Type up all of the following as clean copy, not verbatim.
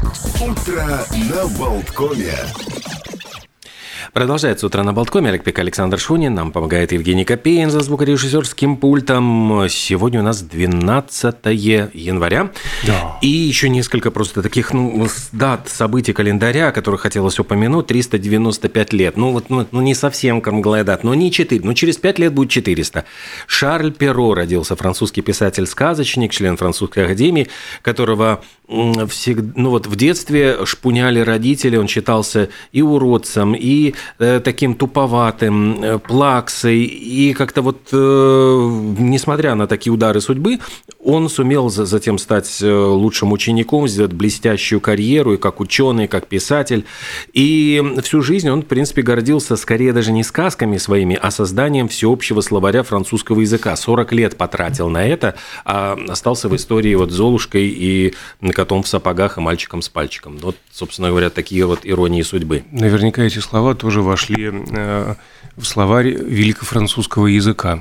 Утро на Болткоме. Продолжается «Утро на Болткоме». Олег Пек, Александр Шунин. Нам помогает Евгений Копеин за звукорежиссерским пультом. Сегодня у нас 12 января. Да. И еще несколько просто таких дат, событий календаря, которых хотелось упомянуть. 395 лет. Не совсем круглая дата, но не 4. Через 5 лет будет 400. Шарль Перро родился, французский писатель-сказочник, член французской академии, которого в детстве шпуняли родители. Он считался и уродцем, и таким туповатым, плаксой. И как-то несмотря на такие удары судьбы, он сумел затем стать лучшим учеником, сделать блестящую карьеру и как ученый, и как писатель. И всю жизнь он, в принципе, гордился скорее даже не сказками своими, а созданием всеобщего словаря французского языка. 40 лет потратил на это, а остался в истории Золушкой и котом в сапогах и мальчиком с пальчиком. Собственно говоря, такие иронии судьбы. Наверняка эти слова тоже вошли в словарь великофранцузского языка.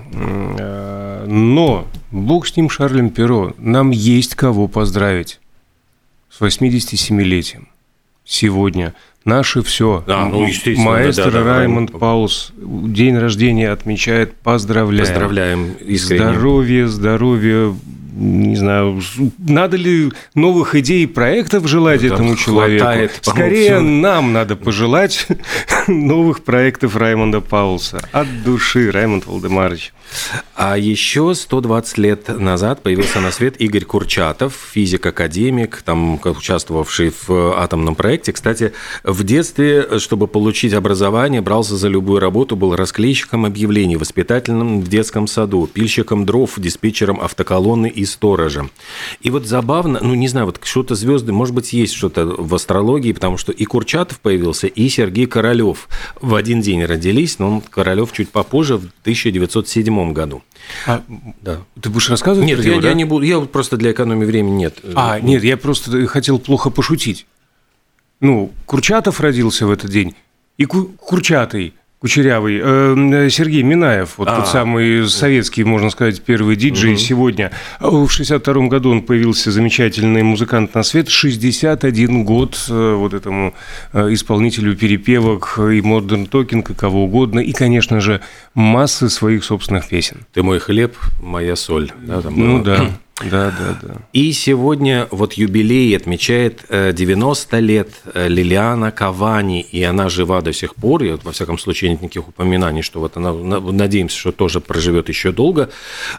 Но, бог с ним, Шарлем Перро, нам есть кого поздравить с 87-летием. Сегодня наше все. Маэстро Раймонд Паулс день рождения отмечает. Поздравляем. Поздравляем искренне. Здоровья. Не знаю, надо ли новых идей и проектов желать этому человеку? Скорее, нам надо пожелать новых проектов Раймонда Паулса. От души, Раймонд Валдемарович. А еще 120 лет назад появился на свет Игорь Курчатов, физик-академик, участвовавший в атомном проекте. Кстати, в детстве, чтобы получить образование, брался за любую работу, был расклейщиком объявлений, воспитательным в детском саду, пильщиком дров, диспетчером автоколонны и сторожем. И забавно, не знаю, что-то звезды, может быть, есть что-то в астрологии, потому что и Курчатов появился, и Сергей Королёв в один день родились, но Королёв чуть попозже, в 1907 году. Да. Ты будешь рассказывать? Нет, я не буду, я просто для экономии времени нет. Нет, я просто хотел плохо пошутить. Курчатов родился в этот день, и Курчатый, Кучерявый, Сергей Минаев, тот самый советский, можно сказать, первый диджей сегодня. В 1962 году он появился, замечательный музыкант на свет, 61 год этому исполнителю перепевок и модерн токинг, и кого угодно, и, конечно же, массы своих собственных песен. «Ты мой хлеб, моя соль». Да. Да. И сегодня юбилей отмечает 90 лет Лилиана Кавани, и она жива до сих пор, и во всяком случае нет никаких упоминаний, что она, надеемся, что тоже проживет еще долго.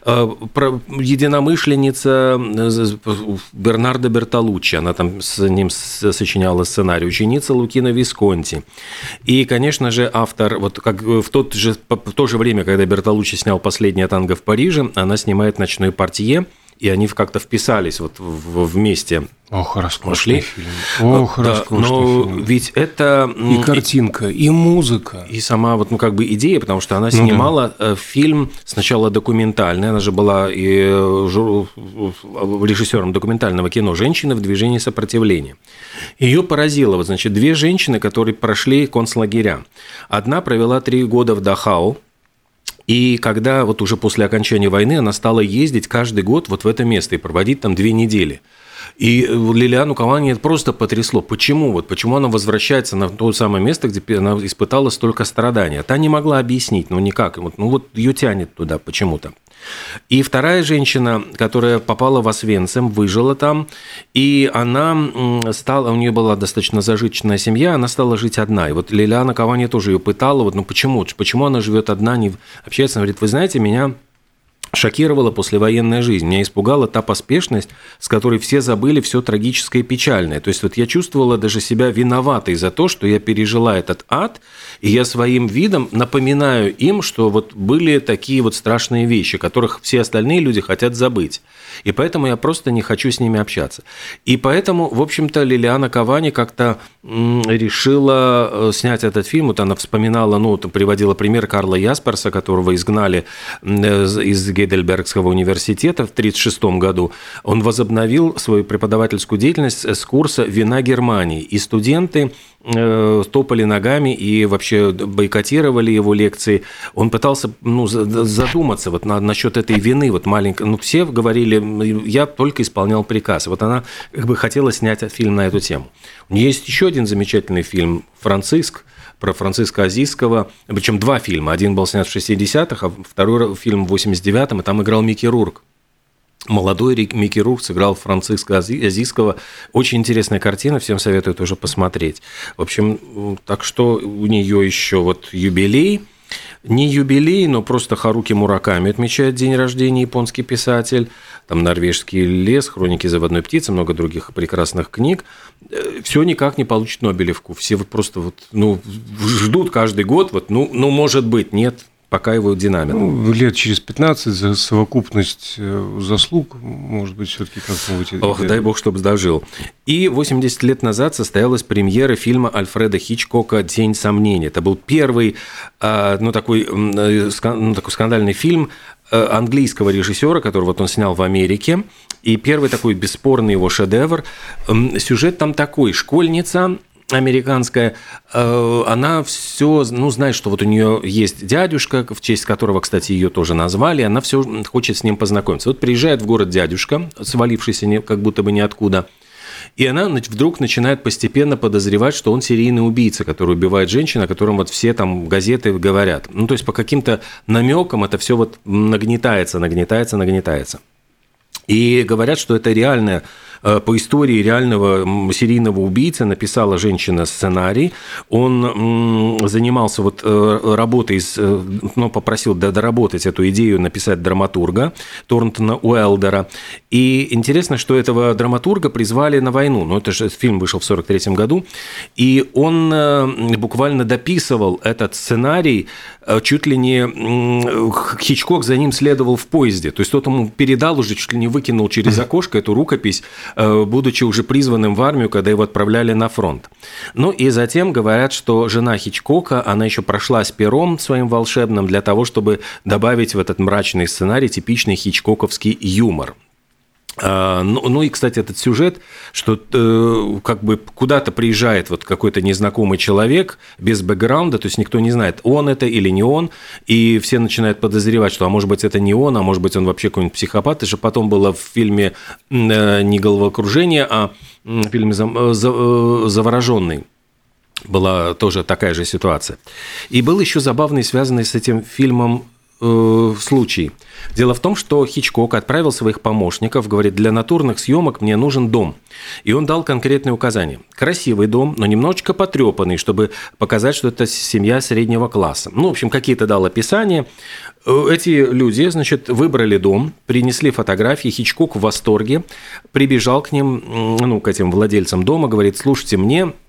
Единомышленница Бернардо Бертолуччи, она с ним сочиняла сценарий, ученица Лукино Висконти. И, конечно же, автор, как в то же время, когда Бертолуччи снял «Последнее танго в Париже», она снимает «Ночной портье», и они как-то вписались вместе. Ох, роскошный фильм. Но ведь это... И картинка, и музыка. И сама идея, потому что она снимала фильм сначала документальный, она же была и режиссером документального кино «Женщины в движении сопротивления». Ее поразило, две женщины, которые прошли концлагеря. Одна провела 3 года в Дахау, и когда уже после окончания войны она стала ездить каждый год в это место и проводить там 2 недели. И Лилиану Кавани это просто потрясло. Почему? Почему она возвращается на то самое место, где она испытала столько страданий? Та не могла объяснить, никак. Ее тянет туда почему-то. И вторая женщина, которая попала в Освенцим, выжила там, и она стала, у нее была достаточно зажиточная семья, она стала жить одна. И Лилиана Кавани тоже ее пытала, почему она живет одна, не общается, она говорит, вы знаете, меня шокировала послевоенная жизнь. Меня испугала та поспешность, с которой все забыли все трагическое и печальное. То есть я чувствовала даже себя виноватой за то, что я пережила этот ад, и я своим видом напоминаю им, что были такие страшные вещи, которых все остальные люди хотят забыть. И поэтому я просто не хочу с ними общаться. И поэтому, в общем-то, Лилиана Кавани как-то решила снять этот фильм. Она вспоминала, приводила пример Карла Ясперса, которого изгнали из Гейдельбергского университета в 1936 году. Он возобновил свою преподавательскую деятельность с курса «Вина Германии». И студенты топали ногами и вообще бойкотировали его лекции. Он пытался задуматься вот насчет этой вины вот маленькой. Все говорили, я только исполнял приказ. Вот она как бы хотела снять фильм на эту тему. У нее есть еще один замечательный фильм «Франциск», про Франциска Азийского, причем 2 фильма. Один был снят в 60-х, а второй фильм в 89-м, и там играл Микки Рурк. Молодой Микки Рурк сыграл Франциска Азийского. Очень интересная картина, всем советую тоже посмотреть. В общем, так что у нее еще вот юбилей. Не юбилей, но просто Харуки Мураками отмечает день рождения, японский писатель. Там «Норвежский лес», «Хроники заводной птицы», много других прекрасных книг. Все никак не получит Нобелевку. Все вот просто ждут каждый год, может быть, нет, пока его динамит. Лет через 15 за совокупность заслуг, может быть, все-таки как-нибудь... Ох, дай бог, чтобы дожил. И 80 лет назад состоялась премьера фильма Альфреда Хичкока «Тень сомнений». Это был первый такой скандальный фильм английского режиссера, который вот он снял в Америке, и первый такой бесспорный его шедевр. Сюжет там такой: школьница американская, она все, знает, что вот у нее есть дядюшка, в честь которого, кстати, ее тоже назвали, она все хочет с ним познакомиться. Вот приезжает в город дядюшка, свалившийся как будто бы ниоткуда, и она вдруг начинает постепенно подозревать, что он серийный убийца, который убивает женщин, о котором вот все там газеты говорят. То есть по каким-то намекам это все вот нагнетается. И говорят, что это реальная, по истории реального серийного убийцы написала женщина сценарий. Он занимался вот работой, попросил доработать эту идею, написать драматурга Торнтона Уэлдера. И интересно, что этого драматурга призвали на войну. Это же фильм вышел в 1943 году. И он буквально дописывал этот сценарий, чуть ли не Хичкок за ним следовал в поезде. То есть тот ему передал уже, чуть ли не выкинул через окошко эту рукопись, будучи уже призванным в армию, когда его отправляли на фронт. И затем говорят, что жена Хичкока, она еще прошлась пером своим волшебным для того, чтобы добавить в этот мрачный сценарий типичный хичкоковский юмор. И, кстати, этот сюжет, что как бы куда-то приезжает вот какой-то незнакомый человек без бэкграунда, то есть никто не знает, он это или не он, и все начинают подозревать, что, может быть, это не он, а может быть, он вообще какой-нибудь психопат. Это же потом было в фильме не «Головокружение», а в фильме «Завороженный». Была тоже такая же ситуация. И был еще забавный, связанный с этим фильмом, случай. Дело в том, что Хичкок отправил своих помощников, говорит, для натурных съемок мне нужен дом. И он дал конкретные указания. Красивый дом, но немножечко потрепанный, чтобы показать, что это семья среднего класса. В общем, какие-то дал описания. Эти люди, выбрали дом, принесли фотографии. Хичкок в восторге, прибежал к ним, к этим владельцам дома, говорит, слушайте,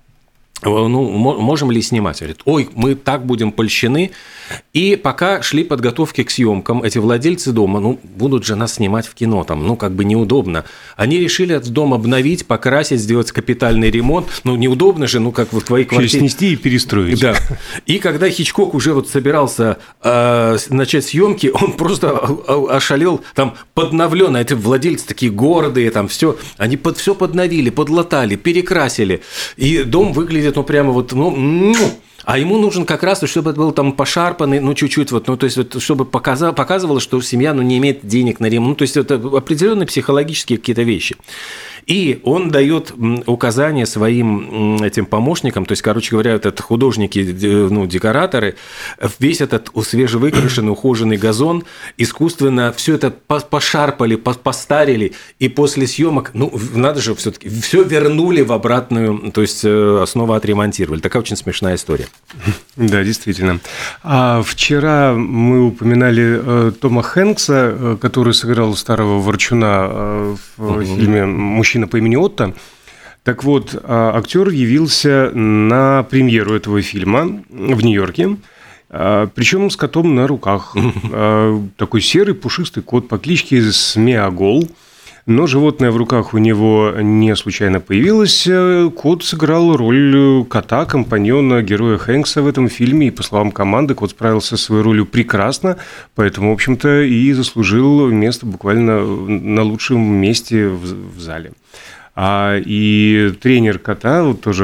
можем ли снимать? Говорит, ой, мы так будем польщены. И пока шли подготовки к съемкам, эти владельцы дома, будут же нас снимать в кино, там, как бы неудобно. Они решили этот дом обновить, покрасить, сделать капитальный ремонт. Неудобно же, как в твоей квартире. Снести и перестроить. Да. И когда Хичкок уже собирался начать съемки, он просто ошалел, там, подновленно. Эти владельцы такие гордые, там, все. Они все подновили, подлатали, перекрасили. И дом выглядит, прямо а ему нужен как раз, чтобы это был там пошарпанный, чуть-чуть, то есть, чтобы показывало, что семья, не имеет денег на ремонт. То есть, это определенные психологические какие-то вещи. И он дает указания своим этим помощникам, то есть, короче говоря, это художники, декораторы, весь этот свежевыкрашенный, ухоженный газон, искусственно все это пошарпали, постарили, и после съемок, надо же все-таки, все вернули в обратную, то есть, снова отремонтировали. Такая очень смешная история. Да, действительно. А вчера мы упоминали Тома Хэнкса, который сыграл старого ворчуна в фильме «Мужчина по имени Отто». Так вот, актер явился на премьеру этого фильма в Нью-Йорке, причем с котом на руках. Такой серый пушистый кот по кличке Смеагол. Но животное в руках у него не случайно появилось. Кот сыграл роль кота, компаньона героя Хэнкса в этом фильме. И, по словам команды, кот справился со своей ролью прекрасно. Поэтому, в общем-то, и заслужил место буквально на лучшем месте в зале. И тренер кота, тоже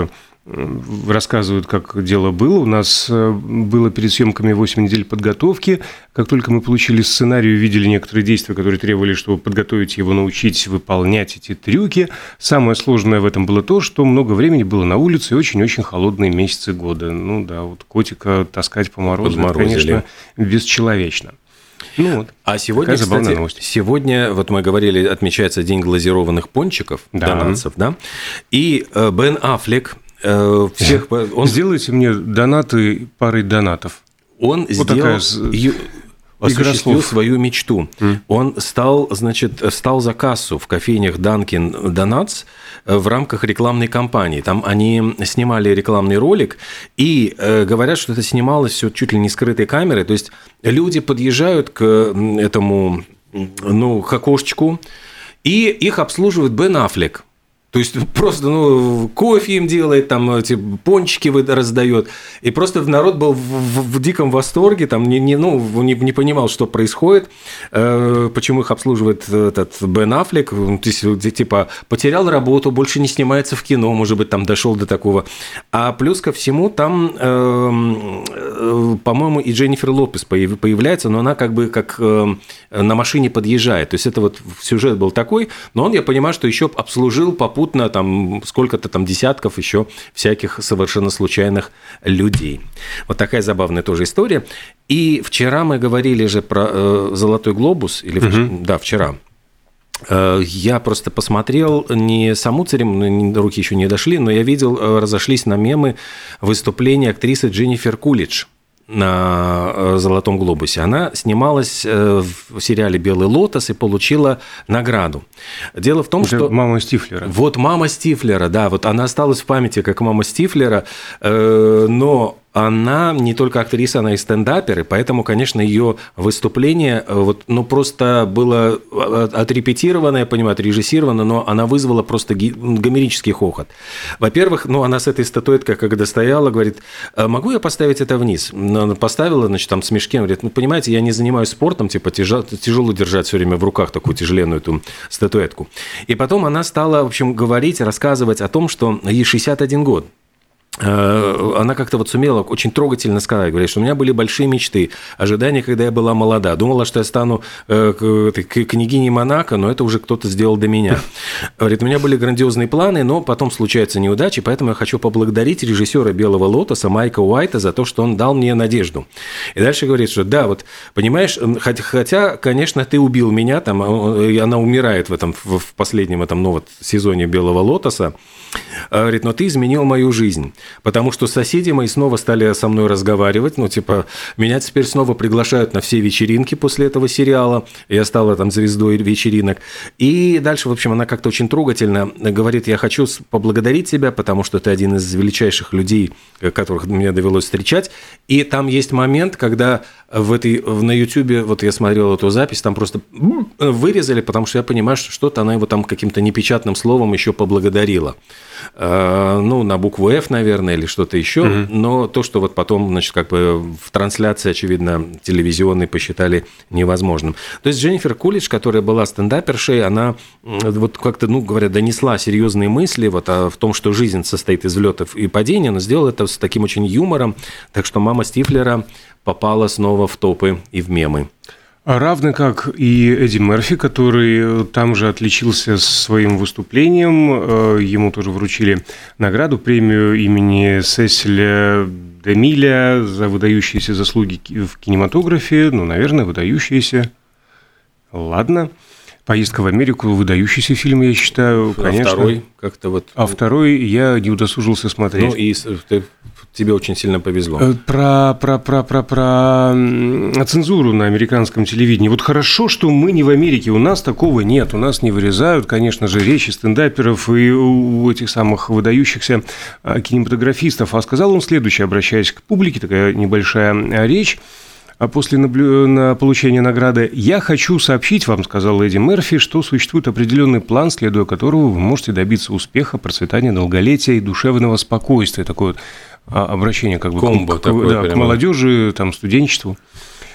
рассказывают, как дело было. У нас было перед съемками 8 недель подготовки. Как только мы получили сценарий, увидели некоторые действия, которые требовали, чтобы подготовить его, научить выполнять эти трюки. Самое сложное в этом было то, что много времени было на улице и очень-очень холодные месяцы года. Ну да, вот котика таскать по морозу, это, конечно, бесчеловечно. Ну вот. А сегодня, кстати, сегодня, вот мы говорили, отмечается День глазированных пончиков, донатцев, да? И Бен Аффлек всех... Сделайте мне донаты парой донатов. Он вот осуществил свою мечту. Он встал за кассу в кофейнях Dunkin' Donuts в рамках рекламной кампании. Там они снимали рекламный ролик, и говорят, что это снималось все чуть ли не скрытой камерой. То есть люди подъезжают к этому, к окошечку, и их обслуживает Бен Аффлек. То есть просто кофе им делает, там эти пончики раздает. И просто народ был в диком восторге, там не понимал, что происходит, почему их обслуживает этот Бен Аффлек. Типа потерял работу, больше не снимается в кино, может быть, там дошел до такого. А плюс ко всему там, по-моему, и Дженнифер Лопес появляется, но она как на машине подъезжает. То есть это вот сюжет был такой, но он, я понимаю, что еще обслужил попутно там сколько-то там десятков еще всяких совершенно случайных людей. Вот такая забавная тоже история. И вчера мы говорили же про «Золотой глобус», да, вчера. Я просто посмотрел не саму церемонию, руки еще не дошли, но я видел, разошлись на мемы выступления актрисы Дженнифер Кулидж на «Золотом глобусе». Она снималась в сериале «Белый лотос» и получила награду. Дело в том, что... Мама Стифлера. Вот мама Стифлера, да, вот она осталась в памяти как мама Стифлера, но... Она не только актриса, она и стендапер, и поэтому, конечно, ее выступление просто было отрепетировано, я понимаю, отрежиссировано, но она вызвала просто гомерический хохот. Во-первых, она с этой статуэткой, когда стояла, говорит, могу я поставить это вниз? Она поставила, там смешки, говорит, понимаете, я не занимаюсь спортом, тяжело держать все время в руках такую тяжеленную эту статуэтку. И потом она стала, в общем, говорить, рассказывать о том, что ей 61 год. Она как-то сумела очень трогательно сказать, говорит, что у меня были большие мечты, ожидания, когда я была молода. Думала, что я стану княгиней Монако, но это уже кто-то сделал до меня. Говорит, у меня были грандиозные планы, но потом случаются неудачи, поэтому я хочу поблагодарить режиссера «Белого лотоса» Майка Уайта за то, что он дал мне надежду. И дальше говорит, что да, понимаешь, хотя, конечно, ты убил меня, там, она умирает в последнем сезоне «Белого лотоса», говорит, но ты изменил мою жизнь, потому что соседи мои снова стали со мной разговаривать, меня теперь снова приглашают на все вечеринки после этого сериала, я стала звездой вечеринок, и дальше, в общем, она как-то очень трогательно говорит, я хочу поблагодарить тебя, потому что ты один из величайших людей, которых мне довелось встречать, и там есть момент, когда на Ютубе, я смотрел эту запись, там просто вырезали, потому что я понимаю, что что-то она его там каким-то непечатным словом еще поблагодарила. На букву F, наверное, или что-то еще, но то, что потом, в трансляции, очевидно, телевизионной посчитали невозможным. То есть Дженнифер Кулидж, которая была стендапершей, она как-то, говорят, донесла серьезные мысли в том, что жизнь состоит из взлетов и падений, но сделала это с таким очень юмором, так что мама Стифлера попала снова в топы и в мемы. Равно как и Эдди Мерфи, который там же отличился своим выступлением. Ему тоже вручили награду, премию имени Сесиля Демиля за выдающиеся заслуги в кинематографе. Наверное, выдающиеся. Ладно. «Поездка в Америку» – выдающийся фильм, я считаю, конечно. А второй как-то А второй я не удосужился смотреть. Тебе очень сильно повезло. Про цензуру на американском телевидении. Хорошо, что мы не в Америке, у нас такого нет. У нас не вырезают, конечно же, речи стендаперов и у этих самых выдающихся кинематографистов. А сказал он следующее, обращаясь к публике, такая небольшая речь. А после получения награды «Я хочу сообщить вам, — сказал Эдди Мерфи, — что существует определенный план, следуя которому вы можете добиться успеха, процветания, долголетия и душевного спокойствия». Такое обращение комбо к молодежи, студенчеству.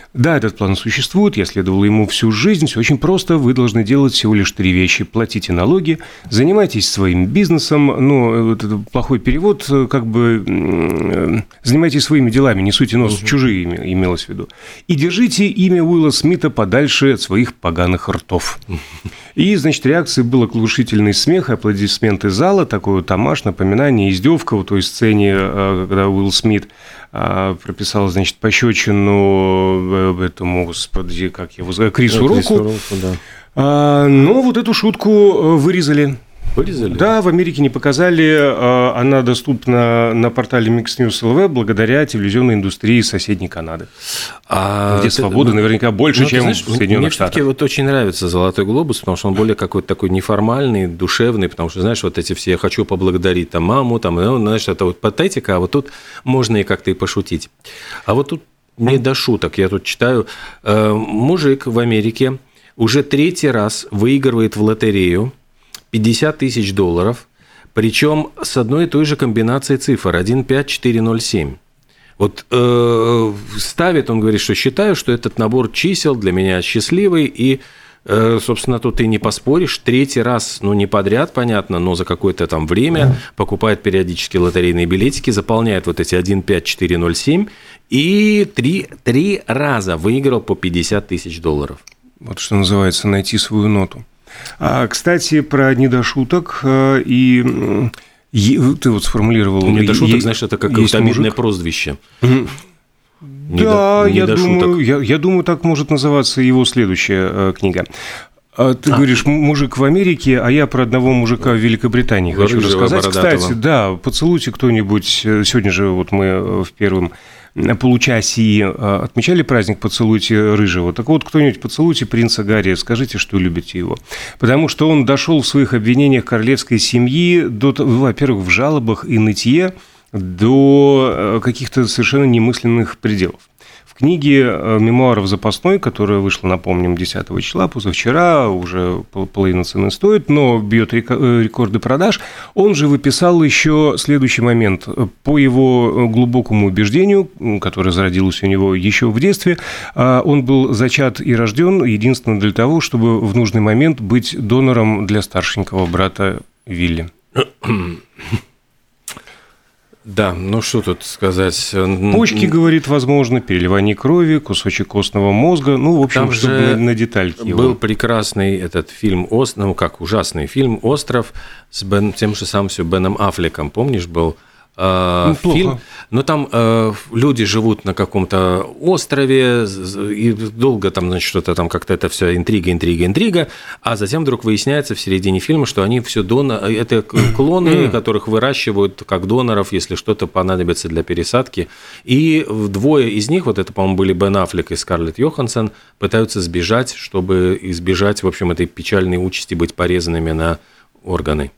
Да, этот план существует, я следовал ему всю жизнь, все очень просто, вы должны делать всего лишь 3 вещи. Платите налоги, занимайтесь своим бизнесом, ну, это плохой перевод, как бы занимайтесь своими делами, не суйте нос в чужие, имелось в виду. И держите имя Уилла Смита подальше от своих поганых ртов. И, значит, реакцией был оглушительный смех, аплодисменты зала, такой вот омаж, напоминание, издевка в той сцене, когда Уилл Смит прописал, значит, пощечину этому, господи, как его зовут, Крису Року. Да. Но вот эту шутку вырезали. Вырезали? Да, в Америке не показали. Она доступна на портале Mix News LV благодаря телевизионной индустрии соседней Канады. Где свободы наверняка больше, чем в Соединенных Штатах. Мне вот очень нравится «Золотой глобус», потому что он более какой-то такой неформальный, душевный, потому что, знаешь, вот эти все «хочу поблагодарить там маму», там, знаешь, это вот патетика, а вот тут можно и как-то и пошутить. А вот тут не до шуток. Я тут читаю, мужик в Америке уже 3-й раз выигрывает в лотерею $50 тысяч, причем с одной и той же комбинацией цифр 15407. Вот ставит, он говорит, что считаю, что этот набор чисел для меня счастливый, и, собственно, тут ты не поспоришь, 3-й раз, ну, не подряд, понятно, но за какое-то там время покупает периодически лотерейные билетики, заполняет вот эти 15407, и 3 раза выиграл по $50 тысяч. Вот что называется найти свою ноту. Кстати, про недошуток и ты вот сформулировал. Недошуток, знаешь, это как обидное прозвище. Да, я думаю, так может называться его следующая книга. Ты говоришь, мужик в Америке, а я про одного мужика в Великобритании хочу рассказать. Кстати, да, поцелуйте кто-нибудь. Сегодня же вот мы в первом получасии отмечали праздник «Поцелуйте рыжего». Так вот, кто-нибудь поцелуйте принца Гарри, скажите, что любите его. Потому что он дошел в своих обвинениях королевской семьи до, во-первых, в жалобах и нытье до каких-то совершенно немысленных пределов. В книге мемуаров «Запасной», которая вышла, напомним, 10 числа, позавчера, уже половина цены стоит, но бьет рекорды продаж, он же выписал еще следующий момент. По его глубокому убеждению, которое зародилось у него еще в детстве, он был зачат и рожден единственно для того, чтобы в нужный момент быть донором для старшенького брата Вилли. Да, ну что тут сказать? Почки, говорит, возможно, переливание крови, кусочек костного мозга, ну, в общем, там чтобы на детальки его. Был прекрасный этот фильм, ну, как ужасный фильм «Остров» с тем же самым Беном Аффлеком, помнишь, был фильм? Но там люди живут на каком-то острове, и долго там, значит, что-то там как-то это все интрига, а затем вдруг выясняется в середине фильма, что они все это клоны, которых выращивают как доноров, если что-то понадобится для пересадки. И 2 из них, вот это, по-моему, были Бен Аффлек и Скарлетт Йоханссон, пытаются сбежать, чтобы избежать, в общем, этой печальной участи быть порезанными на органы.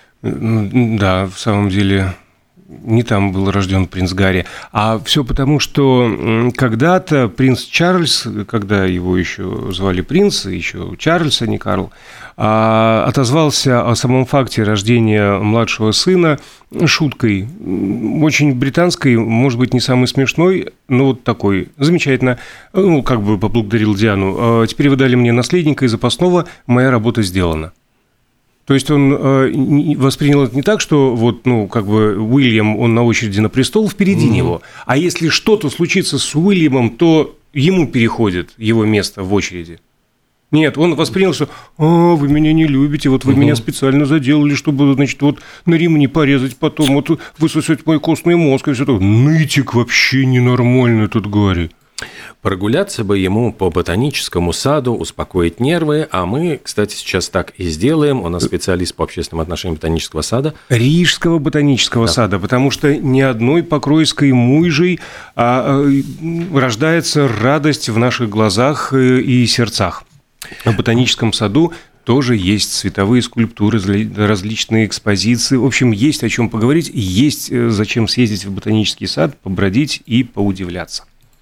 Да, в самом деле... Не там был рожден принц Гарри, а все потому, что когда-то принц Чарльз, когда его еще звали принц, еще Чарльз, а не Карл, отозвался о самом факте рождения младшего сына шуткой, очень британской, может быть, не самой смешной, но вот такой, замечательно, ну, как бы поблагодарил Диану. Теперь вы дали мне наследника и запасного, моя работа сделана. То есть он воспринял это не так, что вот, ну, как бы Уильям, он на очереди на престол, впереди него. А если что-то случится с Уильямом, то ему переходит его место в очереди. Нет, он воспринял, что вы меня не любите, вот вы меня специально заделали, чтобы, значит, вот на ремни порезать потом, вот высосать мой костный мозг и все такое. Нытик вообще ненормальный тут Гарри. Прогуляться бы ему по ботаническому саду, успокоить нервы, а мы, кстати, сейчас так и сделаем. У нас специалист по общественным отношениям ботанического сада. Рижского ботанического сада, потому что ни одной покройской муйжей рождается радость в наших глазах и сердцах. В ботаническом саду тоже есть световые скульптуры, различные экспозиции. В общем, есть о чем поговорить, есть зачем съездить в ботанический сад, побродить и поудивляться.